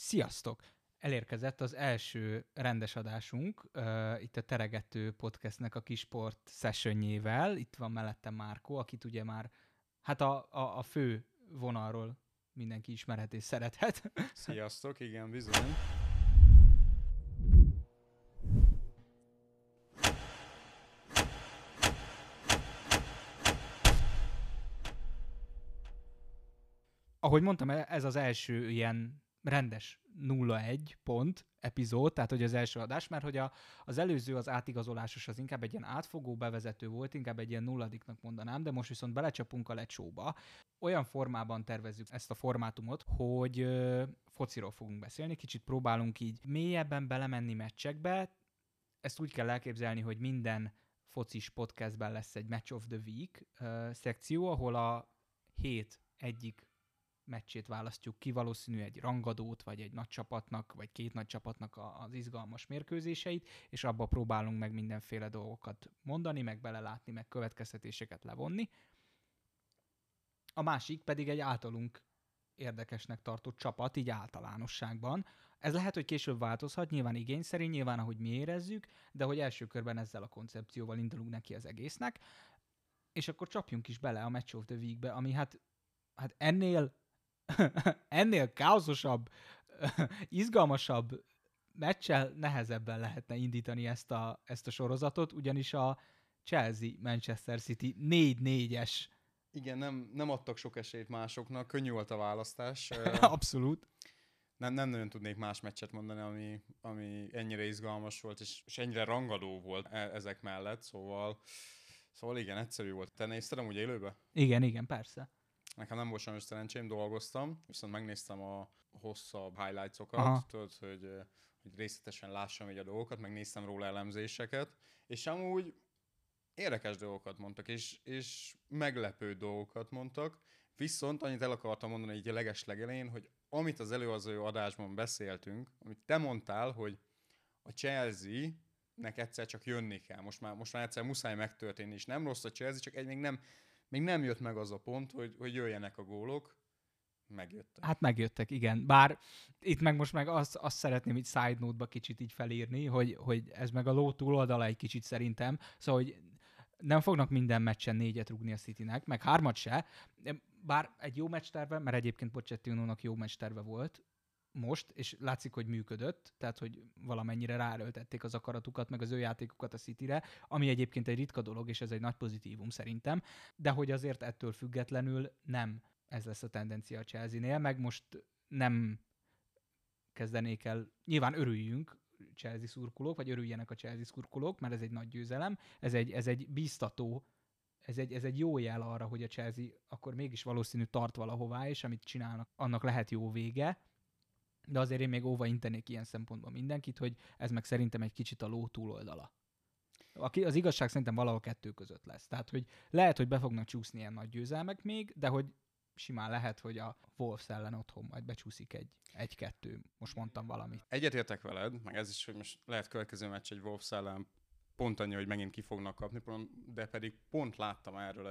Sziasztok! Elérkezett az első rendes adásunk, itt a Teregető Podcastnek a kisport sessionjével. Itt van mellettem Márkó, akit ugye már hát a fő vonalról mindenki ismerhet és szerethet. Sziasztok, igen, bizony. Ahogy mondtam, ez az első ilyen rendes 0-1 pont epizód, tehát hogy az első adás, mert hogy az előző, az átigazolásos, az inkább egy ilyen átfogó bevezető volt, inkább egy ilyen nulladiknak mondanám, de most viszont belecsapunk a lecsóba. Olyan formában tervezzük ezt a formátumot, hogy fociról fogunk beszélni, kicsit próbálunk így mélyebben belemenni meccsekbe. Ezt úgy kell elképzelni, hogy minden focis podcastben lesz egy Match of the Week szekció, ahol a hét egyik meccsét választjuk ki, valószínű egy rangadót, vagy egy nagy csapatnak, vagy két nagy csapatnak az izgalmas mérkőzéseit, és abba próbálunk meg mindenféle dolgokat mondani, meg belelátni, meg következtetéseket levonni. A másik pedig egy általunk érdekesnek tartott csapat, így általánosságban. Ez lehet, hogy később változhat, nyilván igény szerint, nyilván ahogy mi érezzük, de hogy első körben ezzel a koncepcióval indulunk neki az egésznek, és akkor csapjunk is bele a Match of the Week-be, ami hát ennél káoszosabb, izgalmasabb meccsel nehezebben lehetne indítani ezt a sorozatot, ugyanis a Chelsea-Manchester City 4-4-es. Igen, nem adtak sok esélyt másoknak, könnyű volt a választás. Abszolút. Nem nagyon tudnék más meccset mondani, ami ennyire izgalmas volt, és ennyire rangadó volt ezek mellett, szóval igen, egyszerű volt. Te nézted amúgy élőbe? Igen, persze. Nekem nem volt sajnos szerencsém, dolgoztam, viszont megnéztem a hosszabb highlights-okat, tudod, hogy részletesen lássam így a dolgokat, megnéztem róla elemzéseket, és amúgy érdekes dolgokat mondtak, és meglepő dolgokat mondtak, viszont annyit el akartam mondani így a legeslegelején, hogy amit az előző adásban beszéltünk, amit te mondtál, hogy a Chelsea-nek egyszer csak jönni kell, most már egyszer muszáj megtörténni, és nem rossz a Chelsea, csak még nem jött meg az a pont, hogy jöjjenek a gólok. Megjöttek. Hát megjöttek, igen. Bár itt meg most meg azt szeretném így side note-ba kicsit így felírni, hogy ez meg a ló túloldala egy kicsit szerintem. Szóval, hogy nem fognak minden meccsen 4-et rúgni a Citynek, meg 3-at se. Bár egy jó meccsterve, mert egyébként Pochettinónak jó meccsterve volt most, és látszik, hogy működött, tehát, hogy valamennyire ráerőltették az akaratukat, meg az ő játékukat a Cityre, ami egyébként egy ritka dolog, és ez egy nagy pozitívum szerintem, de hogy azért ettől függetlenül nem ez lesz a tendencia a Chelsea-nél, meg most nem kezdenék el, nyilván örüljünk Chelsea szurkolók, vagy örüljenek a Chelsea szurkolók, mert ez egy nagy győzelem, ez egy bíztató, ez egy jó jel arra, hogy a Chelsea akkor mégis valószínű tart valahová, és amit csinálnak, annak lehet jó vége, de azért én még óva intenék ilyen szempontból mindenkit, hogy ez meg szerintem egy kicsit a ló túloldala. Az igazság szerintem valahol kettő között lesz. Tehát, hogy lehet, hogy be fognak csúszni ilyen nagy győzelmek még, de hogy simán lehet, hogy a Wolves ellen otthon majd becsúszik egy-kettő. Most mondtam valamit. Egyetértek veled, meg ez is, hogy most lehet következő meccs egy Wolves ellen pont annyi, hogy megint ki fognak kapni, de pedig pont láttam erről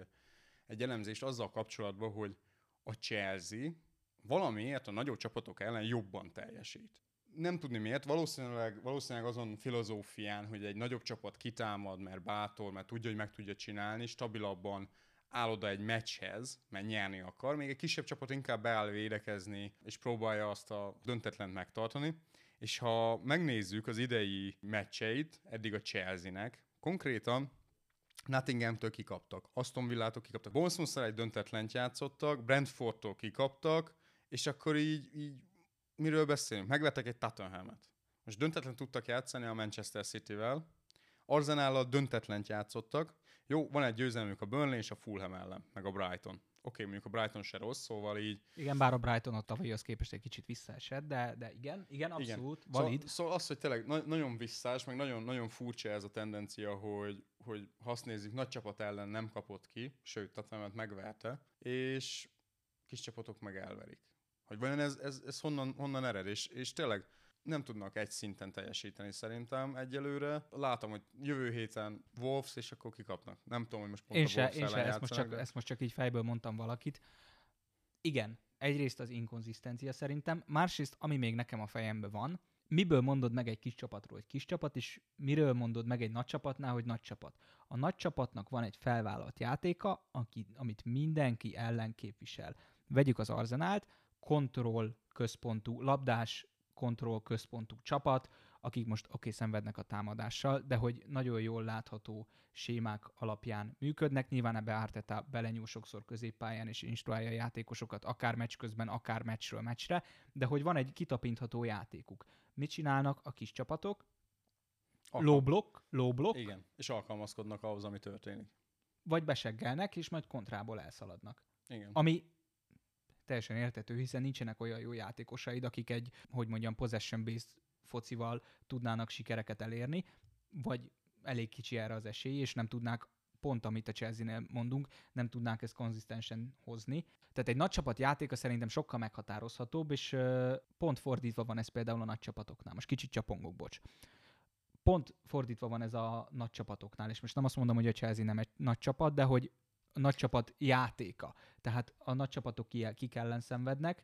egy elemzést azzal kapcsolatban, hogy a Chelsea valamiért a nagyobb csapatok ellen jobban teljesít. Nem tudni miért, valószínűleg azon filozófián, hogy egy nagyobb csapat kitámad, mert bátor, mert tudja, hogy meg tudja csinálni, stabilabban áll oda egy meccshez, mert nyerni akar, még egy kisebb csapat inkább beáll védekezni, és próbálja azt a döntetlent megtartani. És ha megnézzük az idei meccseit, eddig a Chelsea-nek, konkrétan Nottinghamtől kikaptak, Aston Villától kikaptak, Bournemouth-szal egy döntetlent játszottak, Brentfordtól kikaptak, és akkor így miről beszélünk? Megvettek egy Tottenhamet. Most döntetlen tudtak játszani a Manchester City-vel, Arsenállal döntetlent játszottak. Jó, van egy győzelmük a Burnley és a Fulham ellen, meg a Brighton. Oké, mondjuk a Brighton se rossz, szóval így... Igen, bár a Brighton a tavalyhoz képest egy kicsit visszaesett, de igen, abszolút, valid. Szóval az, hogy tényleg nagyon visszás, meg nagyon, nagyon furcsa ez a tendencia, hogy ha azt nézzük, nagy csapat ellen nem kapott ki, sőt, Tottenhamet megverte, és kis csapatok meg elverik. Hogy vajon ez honnan ered, és tényleg nem tudnak egy szinten teljesíteni szerintem egyelőre. Látom, hogy jövő héten Wolves, és akkor kikapnak. Nem tudom, hogy most pont a Wolves ellen játszanak. Ezt most csak így fejből mondtam valakit. Igen, egyrészt az inkonzisztencia szerintem, másrészt, ami még nekem a fejemben van, miből mondod meg egy kis csapatról, hogy kis csapat, és miről mondod meg egy nagy csapatnál, hogy nagy csapat. A nagy csapatnak van egy felvállalt játéka, amit mindenki ellen képvisel. Vegyük az Arsenált, kontroll központú, labdás kontroll központú csapat, akik most szenvednek a támadással, de hogy nagyon jól látható sémák alapján működnek. Nyilván ebbe Arteta belenyúl sokszor középpályán és instruálja a játékosokat, akár meccs közben, akár meccsről meccsre, de hogy van egy kitapintható játékuk. Mit csinálnak a kis csapatok? Low block. Igen, és alkalmazkodnak ahhoz, ami történik. Vagy beseggelnek, és majd kontrából elszaladnak. Igen. Ami teljesen érthető, hiszen nincsenek olyan jó játékosaid, akik egy, possession-based focival tudnának sikereket elérni, vagy elég kicsi erre az esély, és nem tudnák, pont amit a Chelsea-nél mondunk, nem tudnák ezt konzisztensen hozni. Tehát egy nagy csapat játéka szerintem sokkal meghatározhatóbb, és pont fordítva van ez például a nagy csapatoknál. Most kicsit csapongok, bocs. Pont fordítva van ez a nagy csapatoknál, és most nem azt mondom, hogy a Chelsea nem egy nagy csapat, de hogy a nagy csapat játéka. Tehát a nagy csapatok kik ellen szenvednek,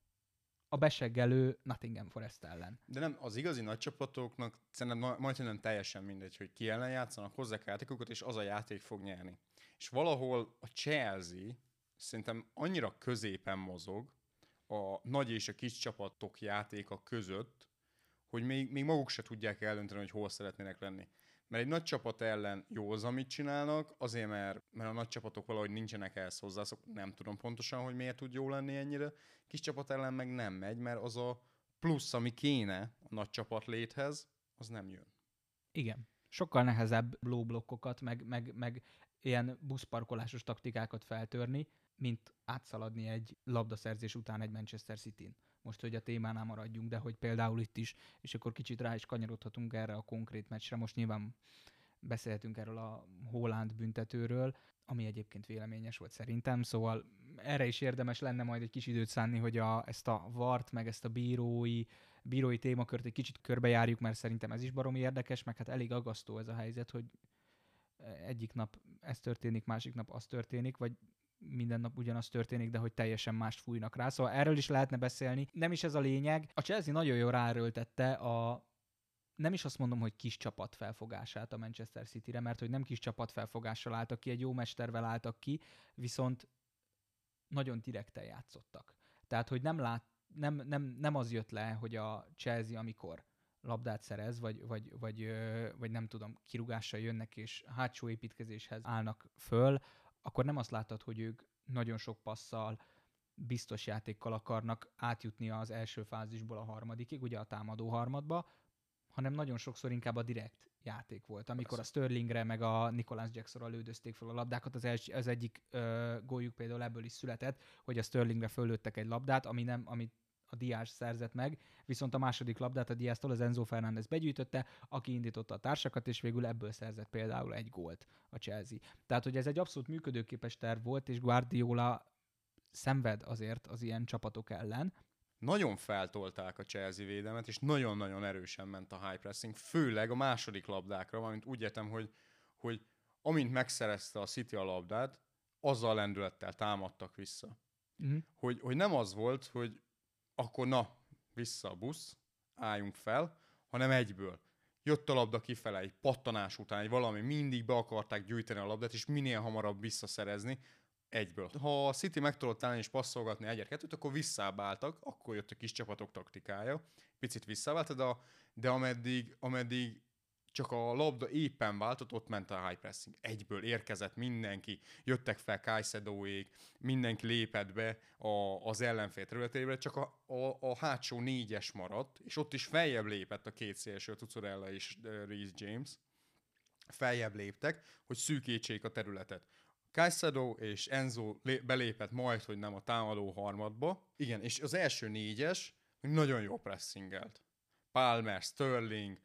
a beseggelő Nottingham Forest ellen. De nem, az igazi nagy csapatoknak szerintem majdnem teljesen mindegy, hogy ki ellen játszanak, hozzák a játékokat, és az a játék fog nyerni. És valahol a Chelsea szerintem annyira középen mozog a nagy és a kis csapatok játéka között, hogy még maguk se tudják eldönteni, hogy hol szeretnének lenni. Mert egy nagy csapat ellen jó az, amit csinálnak, azért, mert a nagy csapatok valahogy nincsenek ehhez hozzászok, nem tudom pontosan, hogy miért tud jó lenni ennyire. Kis csapat ellen meg nem megy, mert az a plusz, ami kéne a nagy csapat léthez, az nem jön. Igen. Sokkal nehezebb low blokkokat, meg ilyen buszparkolásos taktikákat feltörni, mint átszaladni egy labdaszerzés után egy Manchester Cityn. Most, hogy a témánál maradjunk, de hogy például itt is, és akkor kicsit rá is kanyarodhatunk erre a konkrét meccsre. Most nyilván beszélhetünk erről a Haaland büntetőről, ami egyébként véleményes volt szerintem, szóval erre is érdemes lenne majd egy kis időt szánni, hogy ezt a VAR-t, meg ezt a bírói témakört egy kicsit körbejárjuk, mert szerintem ez is baromi érdekes, meg hát elég aggasztó ez a helyzet, hogy egyik nap ez történik, másik nap az történik, vagy minden nap ugyanaz történik, de hogy teljesen mást fújnak rá. Szóval erről is lehetne beszélni. Nem is ez a lényeg. A Chelsea nagyon jól ráerőltette nem is azt mondom, hogy kis csapat felfogását a Manchester Cityre, mert hogy nem kis csapat felfogással álltak ki, egy jó mestervel álltak ki, viszont nagyon direkten játszottak. Tehát, hogy nem az jött le, hogy a Chelsea, amikor labdát szerez, vagy nem tudom, kirúgással jönnek, és hátsó építkezéshez állnak föl, akkor nem azt láttad, hogy ők nagyon sok passzal, biztos játékkal akarnak átjutni az első fázisból a harmadikig, ugye a támadó harmadba, hanem nagyon sokszor inkább a direkt játék volt. Amikor a Sterlingre meg a Nicolas Jacksonra lődözték fel a labdákat, az egyik góljuk például ebből is született, hogy a Sterlingre fölöttek egy labdát, amit a Diaz szerzett meg, viszont a második labdát a Diaztól az Enzo Fernández begyűjtötte, aki indította a társakat, és végül ebből szerzett például egy gólt a Chelsea. Tehát, hogy ez egy abszolút működőképes terv volt, és Guardiola szenved azért az ilyen csapatok ellen. Nagyon feltolták a Chelsea védelmet, és nagyon-nagyon erősen ment a high pressing, főleg a második labdákra, valamint úgy értem, hogy amint megszerezte a City a labdát, azzal lendülettel támadtak vissza. Uh-huh. Hogy nem az volt, hogy akkor vissza a busz, álljunk fel, hanem egyből. Jött a labda kifele, egy pattanás után, egy valami, mindig be akarták gyűjteni a labdát, és minél hamarabb visszaszerezni, egyből. Ha a City meg tudott állni és passzolgatni egyet-kettőt, akkor visszábbáltak, akkor jött a kis csapatok taktikája. Picit visszábált, de ameddig csak a labda éppen váltott, ott ment a high pressing. Egyből érkezett mindenki, jöttek fel Caicedoék, mindenki lépett be az ellenfél területére, csak a hátsó négyes maradt, és ott is feljebb lépett a két szélső, Cucurella és Reece James. Feljebb léptek, hogy szűkítsék a területet. Caicedo és Enzo belépett majd, hogy nem a támadó harmadba. Igen, és az első négyes nagyon jó pressingelt. Palmer, Sterling,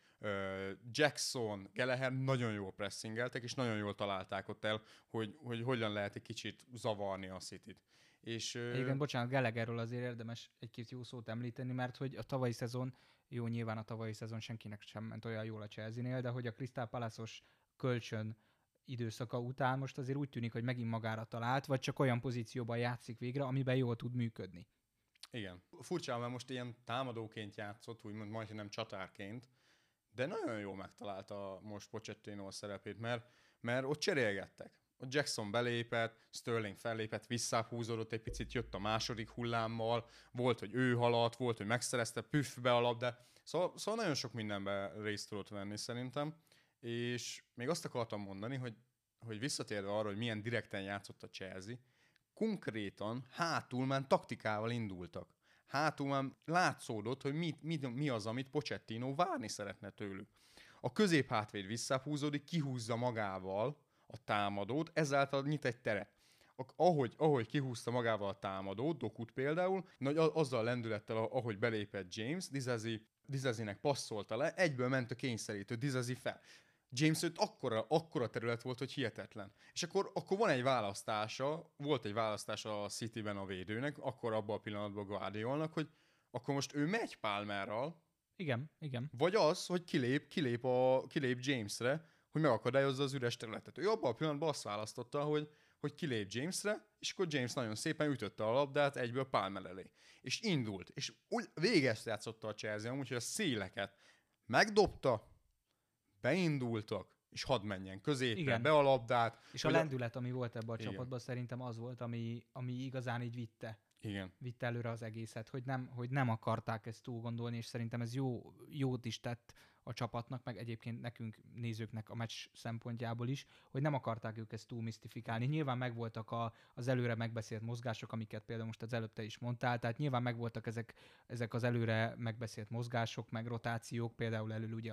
Jackson, Gallagher nagyon jól pressingeltek, és nagyon jól találták ott el, hogy hogyan lehet egy kicsit zavarni a Cityt. Igen, bocsánat, Gallagherről azért érdemes egy-két jó szót említeni, mert hogy a tavalyi szezon, jó, nyilván a tavalyi szezon senkinek sem ment olyan jól a Chelsea-nél, de hogy a Crystal Palace-os kölcsön időszaka után most azért úgy tűnik, hogy megint magára talált, vagy csak olyan pozícióban játszik végre, amiben jól tud működni. Igen. Furcsa, mert most ilyen támadóként játszott, úgymond majdnem csatárként, de nagyon jól megtalálta most Pochettino a szerepét, mert ott cserélgettek. Ott Jackson belépett, Sterling fellépett, visszáhúzódott egy picit, jött a második hullámmal, volt, hogy ő haladt, volt, hogy megszerezte püffbe a labdát, szóval nagyon sok mindenben részt tudott venni szerintem, és még azt akartam mondani, hogy visszatérve arra, hogy milyen direkten játszott a Chelsea, konkrétan hátul már taktikával indultak. Hátul már látszódott, hogy mi az, amit Pochettino várni szeretne tőlük. A középhátvéd visszahúzódik, kihúzza magával a támadót, ezáltal nyit egy teret. Ahogy kihúzta magával a támadót, Dokut például, azzal a lendülettel, ahogy belépett James, Dizazinek passzolta le, egyből ment a kényszerítő, Dizazi fel. James őt akkora terület volt, hogy hihetetlen. És akkor volt egy választása a Cityben a védőnek, akkor abban a pillanatban Guardiolnak, hogy akkor most ő megy Palmerral, Igen. vagy az, hogy kilép Jamesre, hogy megakadályozza az üres területet. Ő abban a pillanatban azt választotta, hogy kilép Jamesre, és akkor James nagyon szépen ütötte a labdát egyből Palmer elé. És indult. És úgy végezt játszotta a Chelsea, úgyhogy a széleket megdobta, beindultak, és hadd menjen középre, Igen. be a labdát. És a lendület, ami volt ebben a csapatban, szerintem az volt, ami igazán így vitte előre az egészet, hogy nem akarták ezt túl gondolni, és szerintem ez jót is tett a csapatnak, meg egyébként nekünk nézőknek a meccs szempontjából is, hogy nem akarták ők ezt túl misztifikálni. Nyilván megvoltak az előre megbeszélt mozgások, amiket például most az előbb te is mondtál, tehát nyilván megvoltak ezek az előre megbeszélt mozgások, meg rotációk, például elől ugye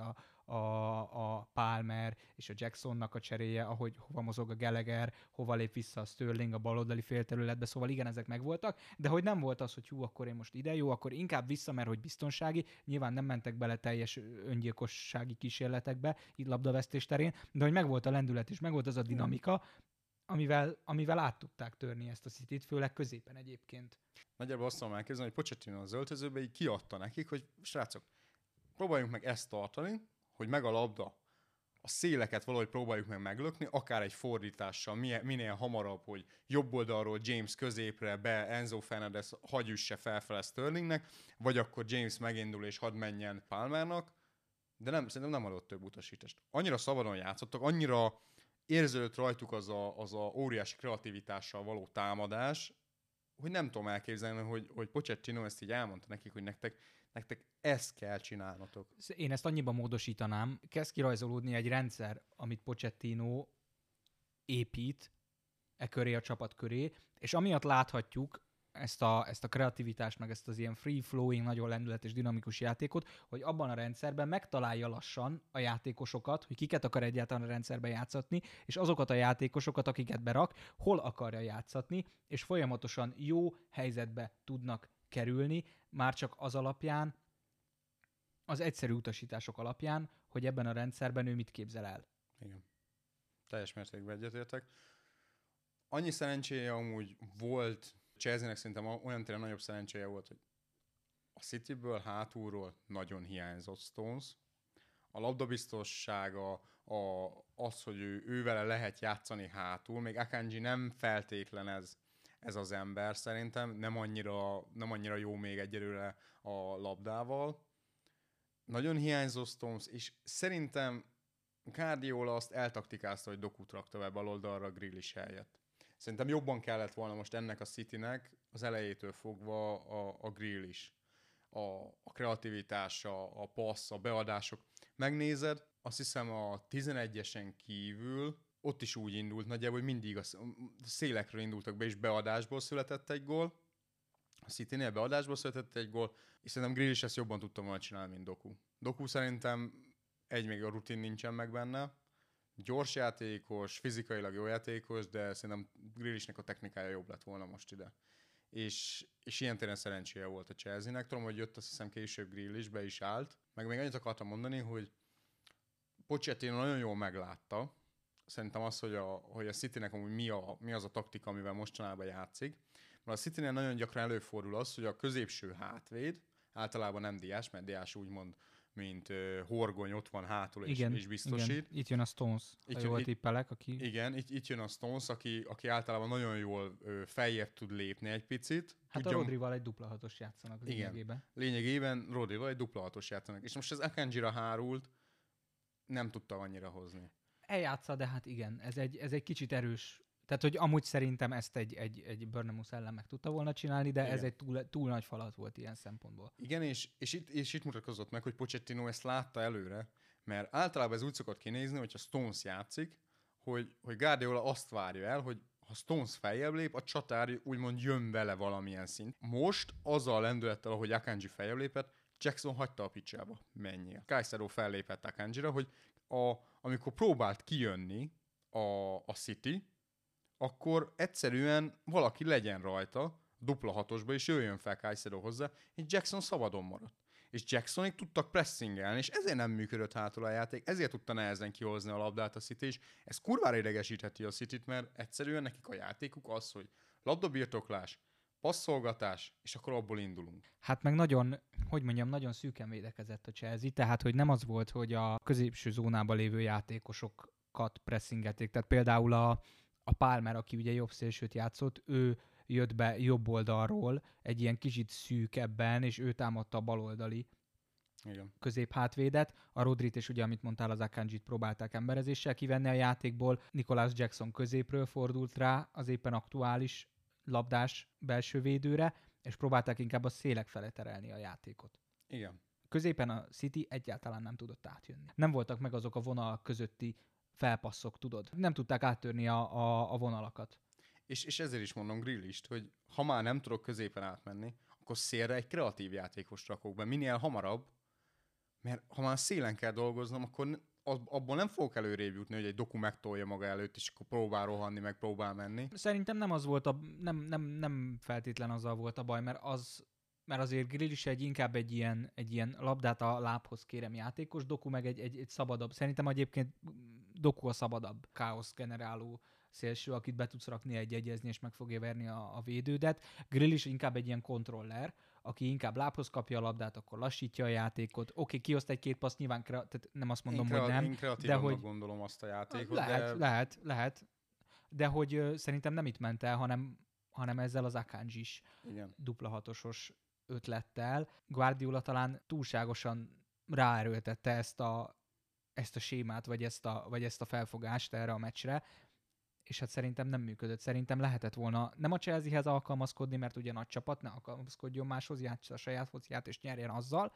a Palmer és a Jacksonnak a cseréje, ahogy hova mozog a Gallagher, hova lép vissza a Sterling a baloldali félterületbe, szóval igen, ezek megvoltak, de hogy nem volt az, hogy akkor én most ide jó, akkor inkább vissza, mert hogy biztonsági, nyilván nem mentek bele teljes öngyilkossági kísérletekbe, így labdavesztés terén, de hogy megvolt a lendület és megvolt az a dinamika, amivel át tudták törni ezt a Cityt, főleg középen egyébként. Nagyjából azt tudom elképzelni, hogy Pochettino az öltözőbe így kiadta nekik, hogy srácok, próbáljunk meg ezt tartani, hogy meg a labda, a széleket valahogy próbáljuk meg meglökni, akár egy fordítással, minél hamarabb, hogy jobb oldalról James középre, be Enzo Fernandez hagyüsse felfele Sterlingnek, vagy akkor James megindul és hadd menjen Palmernak, de szerintem nem adott több utasítást. Annyira szabadon játszottak, annyira érződött rajtuk az a óriási kreativitással való támadás, hogy nem tudom elképzelni, hogy Pochettino ezt így elmondta nekik, hogy nektek ezt kell csinálnotok. Én ezt annyiban módosítanám, kezd kirajzolódni egy rendszer, amit Pochettino épít köré, a csapat köré, és amiatt láthatjuk ezt a kreativitást, meg ezt az ilyen free-flowing, nagyon lendületes, dinamikus játékot, hogy abban a rendszerben megtalálja lassan a játékosokat, hogy kiket akar egyáltalán a rendszerben játszatni, és azokat a játékosokat, akiket berak, hol akarja játszatni, és folyamatosan jó helyzetbe tudnak kerülni, már csak az alapján, az egyszerű utasítások alapján, hogy ebben a rendszerben ő mit képzel el. Igen. Teljes mértékben egyetértek. Annyi szerencséje amúgy volt, Chelsea-nek szerintem olyan téren nagyobb szerencséje volt, hogy a Cityből hátulról nagyon hiányzott Stones. A labdabiztossága, az, hogy ő vele lehet játszani hátul, még Akanji nem feltétlen ez az ember szerintem, nem annyira jó még egyelőre a labdával. Nagyon hiányzó Stones, és szerintem Guardiola azt eltaktikázta, hogy Dokut rakta be baloldalra Grealish helyett. Szerintem jobban kellett volna most ennek a Citynek az elejétől fogva a Grealish. A kreativitása, a passz, a beadások. Megnézed, azt hiszem a 11-esen kívül ott is úgy indult nagyjából, hogy mindig a szélekről indultak be, és beadásból született egy gól. A Citynél beadásból született egy gól, és szerintem Grealish ezt jobban tudta volna csinálni, mint Doku. Doku szerintem még a rutin nincsen meg benne. Gyors játékos, fizikailag jó játékos, de szerintem Grealishnek a technikája jobb lett volna most ide. És ilyen téren szerencséje volt a Chelsea-nek. Tudom, hogy jött, azt hiszem később Grealish, be is állt. Meg még annyit akartam mondani, hogy Pochettino nagyon jól meglátta. Szerintem az, hogy a Citynek amúgy mi az a taktika, amivel mostanában játszik. Mert a Citynél nagyon gyakran előfordul az, hogy a középső hátvéd, általában nem Diás, mert Diás úgymond mint horgony ott van hátul és biztosít. Igen. Itt jön a Stones, ha jól tippelek, aki... Igen, itt jön a Stones, aki általában nagyon jól feljebb tud lépni egy picit. Hát a Rodrival egy dupla hatos játszanak lényegében. Igen, lényegében Rodrival egy dupla hatos játszanak. És most az Akanjira hárult, nem tudta annyira hozni. Eljátsza, de hát igen, ez egy kicsit erős. Tehát, hogy amúgy szerintem ezt egy Bournemouth ellen meg tudta volna csinálni, de igen. Ez egy túl nagy falat volt ilyen szempontból. Igen, és itt mutatkozott meg, hogy Pochettino ezt látta előre, mert általában ez úgy szokott kinézni, hogyha Stones játszik, hogy Guardiola azt várja el, hogy ha Stones feljebb lép, a csatár úgymond jön vele valamilyen szint. Most azzal a lendülettel, ahogy Akanji feljebb lépett, Jackson hagyta a picsába. Menjél. Caicedo fellépett Akanjira, hogy amikor próbált kijönni a City, akkor egyszerűen valaki legyen rajta, dupla hatosba, és jöjjön fel Caicedo hozzá, és Jackson szabadon maradt. És Jacksonék tudtak pressingelni, és ezért nem működött hátul a játék, ezért tudta nehezen kihozni a labdát a City, és ez kurvára idegesítheti a Cityt, mert egyszerűen nekik a játékuk az, hogy labdabirtoklás, passzolgatás, és akkor abból indulunk. Hát meg nagyon, nagyon szűken védekezett a Chelsea, tehát hogy nem az volt, hogy a középső zónában lévő játékosokat pressingelték, tehát például a Palmer, aki ugye jobb szélsőt játszott, ő jött be jobb oldalról, egy ilyen kicsit szűkebben, és ő támadta a baloldali középhátvédet. A Rodrit és ugye, amit mondtál, az Akanjit próbálták emberezéssel kivenni a játékból. Nicholas Jackson középről fordult rá az éppen aktuális labdás belső védőre, és próbálták inkább a szélek fele terelni a játékot. Igen. Középen a City egyáltalán nem tudott átjönni. Nem voltak meg azok a vonal közötti felpasszok, tudod. Nem tudták áttörni a vonalakat. És ezért is mondom Grealist, hogy ha már nem tudok középen átmenni, akkor szélre egy kreatív játékost rakok be, minél hamarabb, mert ha már szélen kell dolgoznom, akkor abból nem fogok előrébb jutni, hogy egy Doku megtolja maga előtt, és akkor próbál rohanni, meg próbál menni. Szerintem nem az volt nem feltétlen azzal volt a baj, mert azért Grealish inkább egy ilyen labdát a lábhoz kérem játékos, Doku meg egy szabadabb. Szerintem egyébként Doku a szabadabb káosz generáló szélső, akit be tudsz rakni egyezni, és meg fogja verni a védődet. Grealish inkább egy ilyen kontroller, aki inkább lábhoz kapja a labdát, akkor lassítja a játékot. Oké, kioszt egy-két passz, nyilván tehát nem azt mondom, hogy nem. Én kreatívan hogy gondolom azt a játékot. Lehet. De hogy szerintem nem itt ment el, hanem ezzel az Akanji-s dupla hatosos ötlettel. Guardiola talán túlságosan ráerőltette ezt a sémát, vagy ezt a felfogást erre a meccsre, és hát szerintem nem működött. Szerintem lehetett volna nem a Chelseahez alkalmazkodni, mert ugye nagy csapat, ne alkalmazkodjon máshoz, játsza a saját fociát, és nyerjen azzal,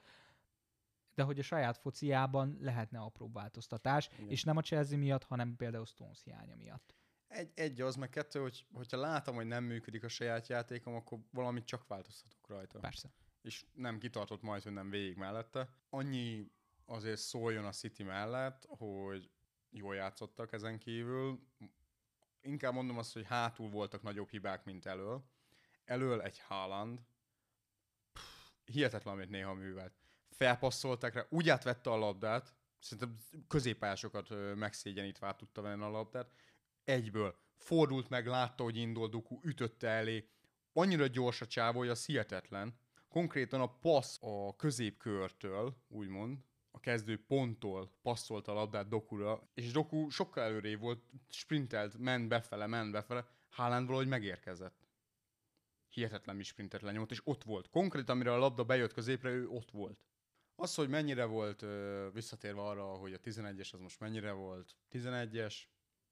de hogy a saját fociában lehetne apró változtatás, és nem a Chelsea miatt, hanem például Stones hiánya miatt. Egy az, meg kettő, hogyha látom, hogy nem működik a saját játékom, akkor valamit csak változtatok rajta. Persze. És nem kitartott majd, hogy nem végig mellette. Annyi azért szóljon a City mellett, hogy jól játszottak ezen kívül. Inkább mondom azt, hogy hátul voltak nagyobb hibák, mint elől. Elől egy Haaland. Hihetetlen, amit néha művelt. Felpasszolták rá, úgy átvette a labdát, szerintem középpályásokat megszégyenítve át tudta venni a labdát. Egyből fordult meg, látta, hogy indul Doku, ütötte elé. Annyira gyors a csávó, hogy az hihetetlen. Konkrétan a passz a középkörtől, úgymond, a kezdő ponttól passzolt a labdát Dokura, és Doku sokkal előrébb volt, sprintelt, ment befele, Haaland valahogy megérkezett. Hihetetlen mi sprintet lenyomott, és ott volt. Konkrétan, amire a labda bejött középre, ő ott volt. Az, hogy mennyire volt, visszatérve arra, hogy a 11-es az most mennyire volt, 11-es,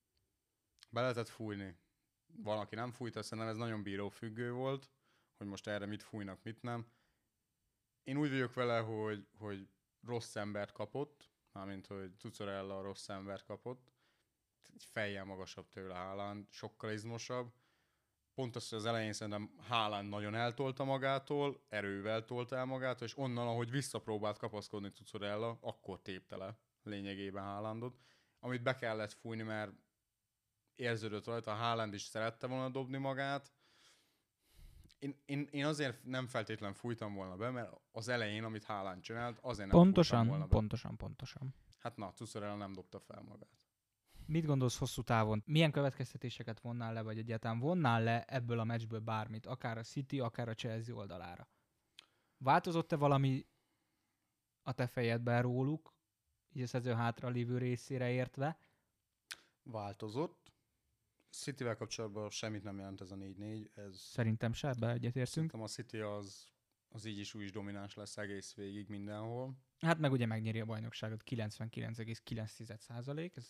be lehetett fújni. Van, aki nem fújta, szerintem ez nagyon bírófüggő volt, hogy most erre mit fújnak, mit nem. Én úgy vagyok vele, hogy rossz embert kapott, mármint, hogy Cucurella rossz embert kapott. Egy fejjel magasabb tőle Haaland, sokkal izmosabb. Pont az, hogy az elején szerintem Haaland nagyon eltolta magától, erővel tolta el magától, és onnan, ahogy visszapróbált kapaszkodni Cucurella, akkor tépte le lényegében Haalandot, amit be kellett fújni, mert érződött rajta, a Haaland is szerette volna dobni magát. Én azért nem feltétlen fújtam volna be, mert az elején, amit Haaland csinált, azért nem fújtam volna be. Pontosan. Hát na, Cucurella nem dobta fel magát. Mit gondolsz hosszú távon? Milyen következtetéseket vonnál le, vagy egyáltalán vonnál le ebből a meccsből bármit, akár a City, akár a Chelsea oldalára? Változott-e valami a te fejedben róluk, így a szezon hátra lévő részére értve? Változott. Cityvel kapcsolatban semmit nem jelent ez a 4-4. Szerintem se, ebbe egyetértünk. Szerintem a City az így is úgy is domináns lesz egész végig mindenhol. Hát meg ugye megnyeri a bajnokságot 99,9%.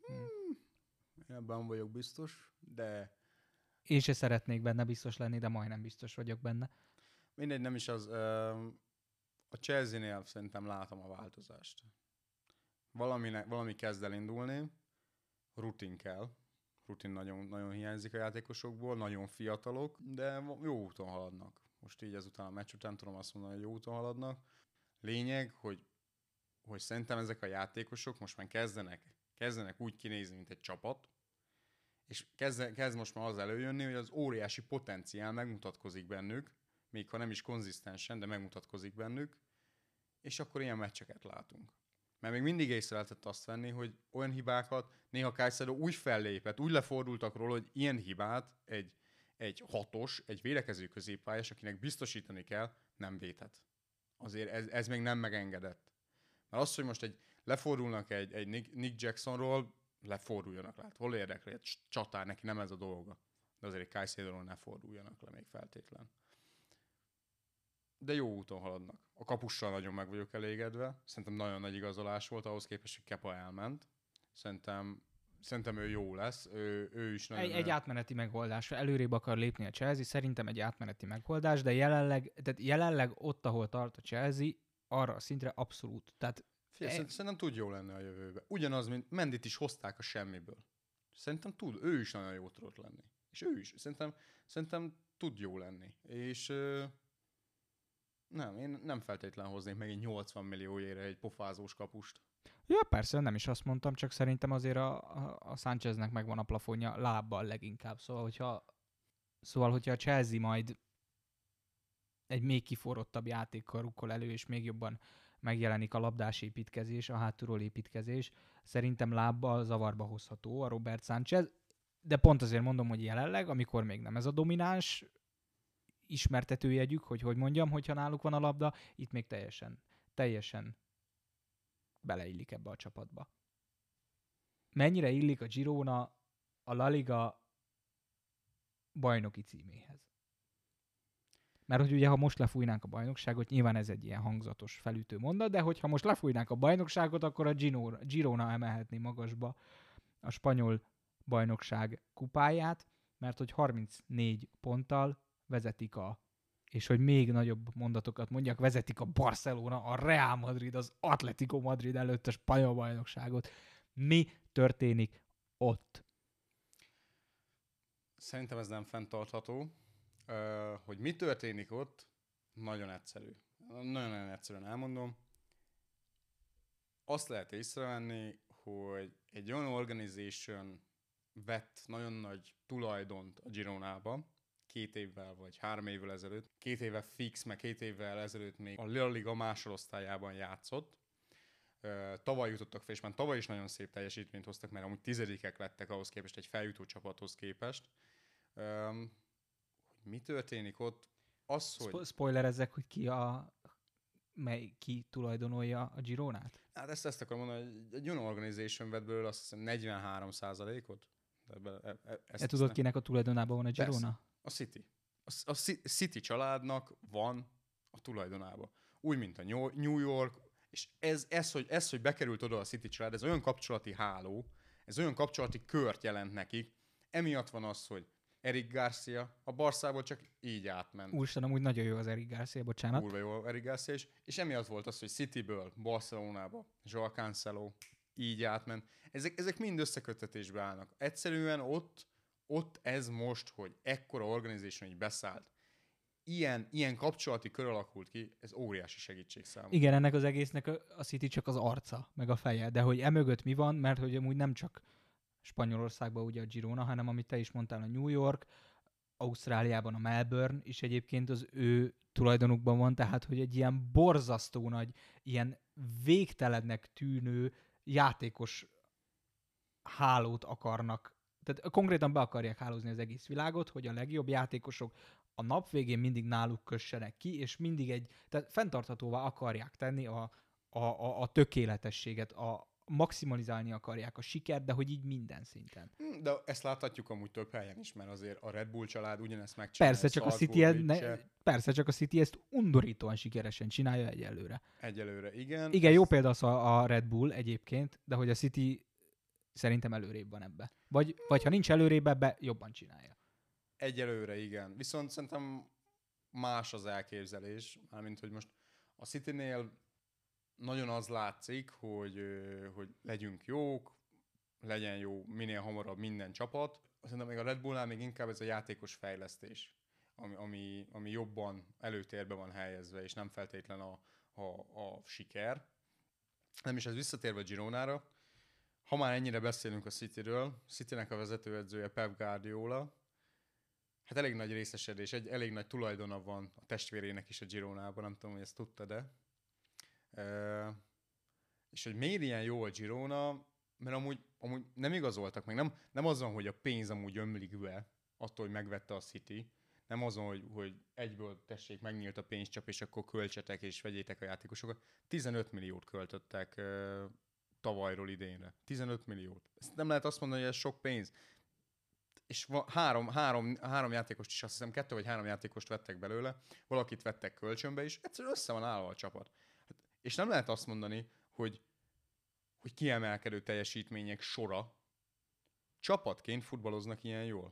Ebben vagyok biztos, de Én se szeretnék benne biztos lenni, de majdnem biztos vagyok benne. mindegy, nem is az. A Chelsea-nél szerintem látom a változást. Valami kezd el indulni, rutin kell. Rutin nagyon, nagyon hiányzik a játékosokból, nagyon fiatalok, de jó úton haladnak. Most így ezután a meccs után tudom azt mondani, hogy jó úton haladnak. Lényeg, hogy szerintem ezek a játékosok most már kezdenek úgy kinézni, mint egy csapat, és kezd most már az előjönni, hogy az óriási potenciál megmutatkozik bennük, még ha nem is konzisztensen, de megmutatkozik bennük, és akkor ilyen meccseket látunk. Mert még mindig észre lehetett azt venni, hogy olyan hibákat, néha Caicedo úgy fellépett, úgy lefordultak róla, hogy ilyen hibát egy hatos, egy védekező középpályás, akinek biztosítani kell, nem vétett. Azért ez még nem megengedett. Mert az, hogy most lefordulnak egy Nick Jacksonról, leforduljanak le. Hát hol érdekli egy csatár, neki nem ez a dolga. De azért egy Caicedo-ról ne forduljanak le még feltétlen. De jó úton haladnak. A kapussal nagyon meg vagyok elégedve. Szerintem nagyon nagy igazolás volt ahhoz képest, hogy Kepa elment. Szerintem ő jó lesz. Ő is nagyon... Egy átmeneti megoldás. Előrébb akar lépni a Chelsea, szerintem egy átmeneti megoldás, de jelenleg ott, ahol tart a Chelsea, arra a szintre abszolút. Tehát Szerintem tud jó lenni a jövőben. Ugyanaz, mint Mendit is hozták a semmiből. Szerintem ő is nagyon jó tudott lenni. És ő is. Szerintem tud jó lenni. És én nem feltétlenül hoznék meg egy 80 millióért egy pofázós kapust. Ja, persze, nem is azt mondtam, csak szerintem azért a Sáncheznek megvan a plafonja lábbal leginkább. Szóval, hogyha a Chelsea majd egy még kiforrottabb játékkal rukkol elő, és még jobban megjelenik a labdás építkezés, a hátulról építkezés, szerintem lábbal zavarba hozható a Robert Sánchez, de pont azért mondom, hogy jelenleg, amikor még nem ez a domináns ismertetőjegyük, hogy mondjam, hogyha náluk van a labda, itt még teljesen beleillik ebbe a csapatba. Mennyire illik a Girona a La Liga bajnoki címéhez? Mert hogy ugye, ha most lefújnánk a bajnokságot, nyilván ez egy ilyen hangzatos, felütő mondat, de hogyha most lefújnánk a bajnokságot, akkor a Girona emelhetné magasba a spanyol bajnokság kupáját, mert hogy 34 ponttal vezetik és hogy még nagyobb mondatokat mondjak, vezetik a Barcelona, a Real Madrid, az Atletico Madrid előtt a spanyol bajnokságot. Mi történik ott? Szerintem ez nem fenntartható. Hogy mi történik ott, nagyon egyszerű. Nagyon egyszerűen elmondom. Azt lehet észrevenni, hogy egy olyan organization vett nagyon nagy tulajdont a Gironába, 2 évvel vagy 3 évvel ezelőtt. 2 éve fix, meg 2 évvel ezelőtt még a La Liga másodosztályában játszott. Tavaly jutottak fel, és már tavaly is nagyon szép teljesítményt hoztak, mert amúgy 10-ek lettek ahhoz képest, egy feljutó csapathoz képest. Mi történik ott? Az, hogy... Spoilerezzek, hogy ki tulajdonolja a Gironát? Hát ezt akarom mondani, hogy egy olyan organization vett belőle azt hiszem 43%-ot. Tudod, kinek a tulajdonában van a Girona? Persze. A City. A City családnak van a tulajdonában. Úgy, mint a New York, és ez, hogy bekerült oda a City család, ez olyan kapcsolati háló, ez olyan kapcsolati kört jelent nekik. Emiatt van az, hogy Eric Garcia a Barszából csak így átment. Úristen, amúgy nagyon jó az Eric Garcia, bocsánat. Kurva jó Eric Garcia is. És emiatt volt az, hogy Cityből Barcelonába Joao Cancelo így átment. Ezek mind összeköttetésbe állnak. Egyszerűen ott ez most, hogy ekkora organization így beszállt, ilyen kapcsolati kör alakult ki, ez óriási segítség számomra. Igen, ennek az egésznek a City csak az arca, meg a feje, de hogy emögött mi van, mert hogy amúgy nem csak Spanyolországban ugye a Girona, hanem amit te is mondtál, a New York, Ausztráliában a Melbourne is egyébként az ő tulajdonukban van, tehát hogy egy ilyen borzasztó nagy, ilyen végtelennek tűnő játékos hálót akarnak, tehát konkrétan be akarják hálózni az egész világot, hogy a legjobb játékosok a nap végén mindig náluk kössenek ki, és mindig tehát fenntarthatóvá akarják tenni a tökéletességet, maximalizálni akarják a sikert, de hogy így minden szinten. De ezt láthatjuk amúgy több helyen is, mert azért a Red Bull család ugyanezt megcsinálja. Persze, csak a City ezt undorítóan sikeresen csinálja egyelőre. Egyelőre, igen. Igen, jó példa az a Red Bull egyébként, de hogy a City szerintem előrébb van ebbe. Vagy ha nincs előrébb ebbe, jobban csinálja. Egyelőre, igen. Viszont szerintem más az elképzelés, mármint, hogy most a Citynél nagyon az látszik, hogy legyünk jók, legyen jó minél hamarabb minden csapat. Szerintem még a Red Bullnál még inkább ez a játékos fejlesztés, ami jobban előtérbe van helyezve, és nem feltétlen a siker. Nem is ez visszatérve a Gironára. Ha már ennyire beszélünk a Cityről, Citynek a vezetőedzője Pep Guardiola, hát elég nagy részesedés, elég nagy tulajdona van a testvérének is a Gironában, nem tudom, hogy ezt tudta, de. És hogy miért ilyen jó a Girona, mert amúgy nem igazoltak meg, nem azon, hogy a pénz amúgy ömlik be, attól, hogy megvette a City, nem azon, hogy egyből tessék, megnyílt a pénzcsap, és akkor költsetek és vegyétek a játékosokat. 15 milliót költöttek tavalyról idénre. 15 milliót. Ezt nem lehet azt mondani, hogy ez sok pénz. És három játékost is, azt hiszem 2 vagy 3 játékost vettek belőle, valakit vettek kölcsönbe is, egyszerűen össze van állva a csapat. És nem lehet azt mondani, hogy kiemelkedő teljesítmények csapatként futballoznak ilyen jól.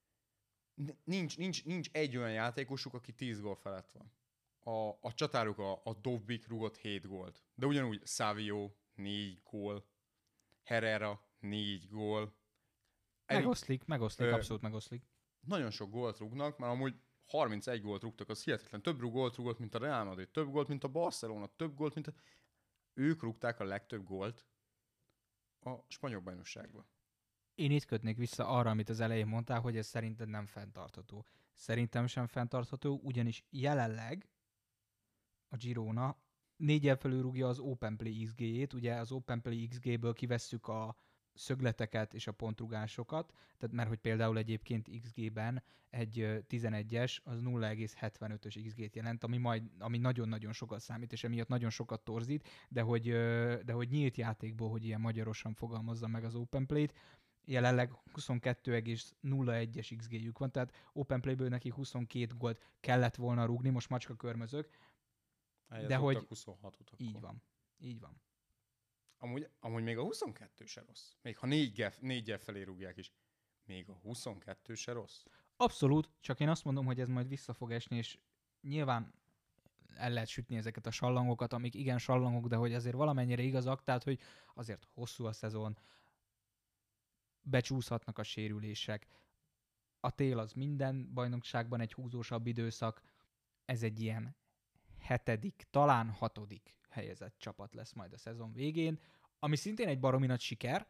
Nincs egy olyan játékosuk, aki 10 gól felett van. A csatáruk a Dovbik rúgott 7 gólt. De ugyanúgy Savio 4 gól, Herrera 4 gól. Megoszlik, abszolút megoszlik. Nagyon sok gólt rúgnak, már amúgy 31 gólt rúgtak, az hihetetlen. Több gólt rúgott, mint a Real Madrid, több gólt, mint a Barcelona, több gólt, mint Ők rúgták a legtöbb gólt a spanyol bajnokságban. Én itt kötnék vissza arra, amit az elején mondtál, hogy ez szerinted nem fenntartható. Szerintem sem fenntartható, ugyanis jelenleg a Girona 4-jel felülrúgja az Open Play XG-jét, ugye az Open Play XG-ből kivesszük a szögleteket és a pontrúgásokat, tehát mert hogy például egyébként XG-ben egy 11-es az 0,75-ös XG-t jelent, ami nagyon-nagyon sokat számít, és emiatt nagyon sokat torzít, de hogy nyílt játékból, hogy ilyen magyarosan fogalmazza meg az Open Play-t, jelenleg 22,01-es XG-jük van, tehát Open Play-ből neki 22 gólt kellett volna rúgni, most macska körmözök, de hogy 26-ot akkor. Így van. Amúgy még a 22 se rossz. Még ha 4-jel felé rúgják is. Még a 22 se rossz. Abszolút, csak én azt mondom, hogy ez majd vissza fog esni, és nyilván el lehet sütni ezeket a sallangokat, amik igen sallangok, de hogy azért valamennyire igazak, tehát hogy azért hosszú a szezon, becsúszhatnak a sérülések. A tél az minden bajnokságban egy húzósabb időszak, ez egy ilyen 7., talán 6. helyezett csapat lesz majd a szezon végén, ami szintén egy baromi nagy siker,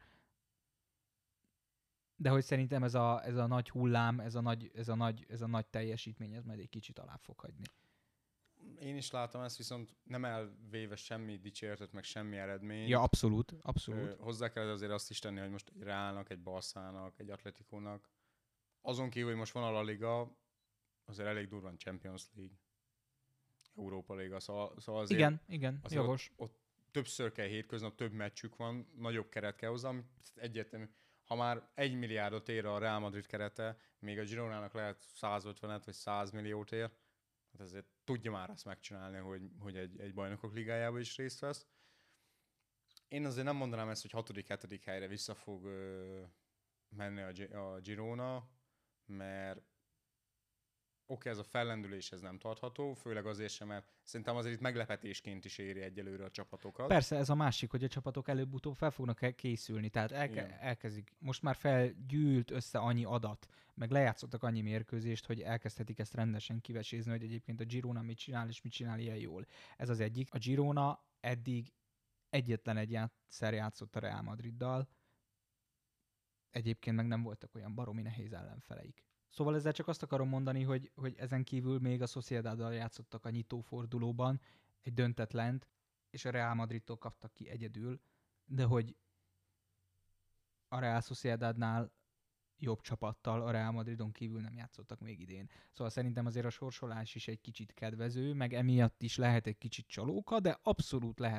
de hogy szerintem ez a nagy hullám, ez a nagy teljesítmény, ez majd egy kicsit alá fog hagyni. Én is látom ezt, viszont nem elvéve semmi dicséretet, meg semmi eredmény. Ja, abszolút. Hozzá kell azért azt is tenni, hogy most egy Reálnak, egy Barszának, egy Atletikónak, azon kívül, hogy most van a La Liga, azért elég durván Champions League, Európa Liga, szóval azért... Igen, azért jogos. Ott többször kell hétköznap, több meccsük van, nagyobb keret kell hozzá, ami egyértelmű. Ha már 1 milliárdot ér a Real Madrid kerete, még a Gironának lehet 150 vagy 100 milliót ér, hát ezért tudja már azt megcsinálni, hogy egy bajnokok ligájába is részt vesz. Én azért nem mondanám ezt, hogy 6.-7. helyre vissza fog menni a Girona, mert ez a fellendülés ez nem tartható, főleg azért sem, mert szerintem azért itt meglepetésként is éri egyelőre a csapatokat. Persze, ez a másik, hogy a csapatok előbb-utóbb fel fognak készülni, tehát elkezdik. Most már felgyűlt össze annyi adat, meg lejátszottak annyi mérkőzést, hogy elkezdhetik ezt rendesen kivesézni, hogy egyébként a Girona mit csinál, és mit csinál ilyen jól. Ez az egyik. A Girona eddig egyetlen egyszer játszott a Real Madriddal, egyébként meg nem voltak olyan baromi nehéz ellenfeleik. Szóval ezzel csak azt akarom mondani, hogy ezen kívül még a Sociedaddal játszottak a nyitófordulóban egy döntetlent, és a Real Madridtól kaptak ki egyedül, de hogy a Real Sociedadnál jobb csapattal a Real Madridon kívül nem játszottak még idén. Szóval szerintem azért a sorsolás is egy kicsit kedvező, meg emiatt is lehet egy kicsit csalóka, de abszolút lehet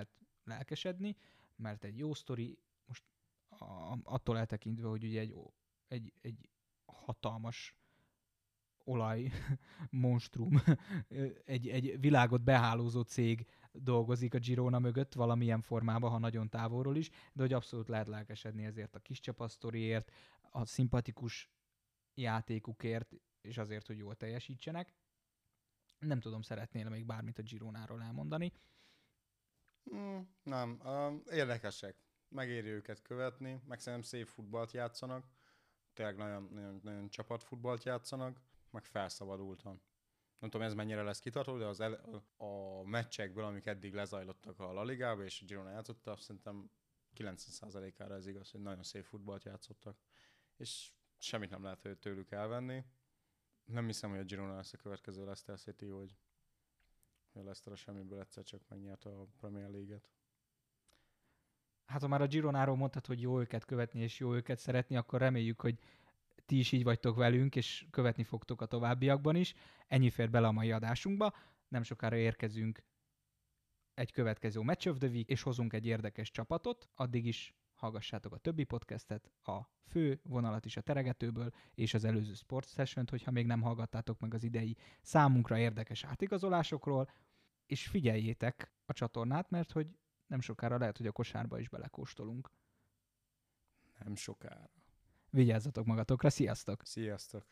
lelkesedni, mert egy jó sztori, most attól eltekintve, hogy ugye egy hatalmas olaj monstrum, egy világot behálózó cég dolgozik a Girona mögött valamilyen formában, ha nagyon távolról is, de hogy abszolút lehet lelkesedni ezért a kis csapasztoriért, a szimpatikus játékukért, és azért, hogy jól teljesítsenek. Nem tudom, szeretnél még bármit a Gironáról elmondani. Nem, érdekesek. Megéri őket követni, meg szerintem szép futballt játszanak, tényleg nagyon, nagyon, nagyon csapatfutballt játszanak, meg felszabadultan. Nem tudom, ez mennyire lesz kitartó, de a meccsekből, amik eddig lezajlottak a La Ligába, és a Girona játszotta, szerintem 90%-ára ez igaz, hogy nagyon szép futballt játszottak. És semmit nem lehet tőlük elvenni. Nem hiszem, hogy a Girona lesz a következő Leicester City, hogy a Leicester a semmiből egyszer csak megnyerte a Premier League-et. Hát ha már a Gironáról mondtad, hogy jó őket követni és jó őket szeretni, akkor reméljük, hogy ti is így vagytok velünk, és követni fogtok a továbbiakban is. Ennyi fér bele a mai adásunkba. Nem sokára érkezünk egy következő Match of the Week, és hozunk egy érdekes csapatot. Addig is hallgassátok a többi podcastet, a fő vonalat is a teregetőből, és az előző Sports Session-t, hogyha még nem hallgattátok meg az idei számunkra érdekes átigazolásokról, és figyeljétek a csatornát, mert hogy nem sokára lehet, hogy a kosárba is belekóstolunk. Nem sokára. Vigyázzatok magatokra, sziasztok! Sziasztok!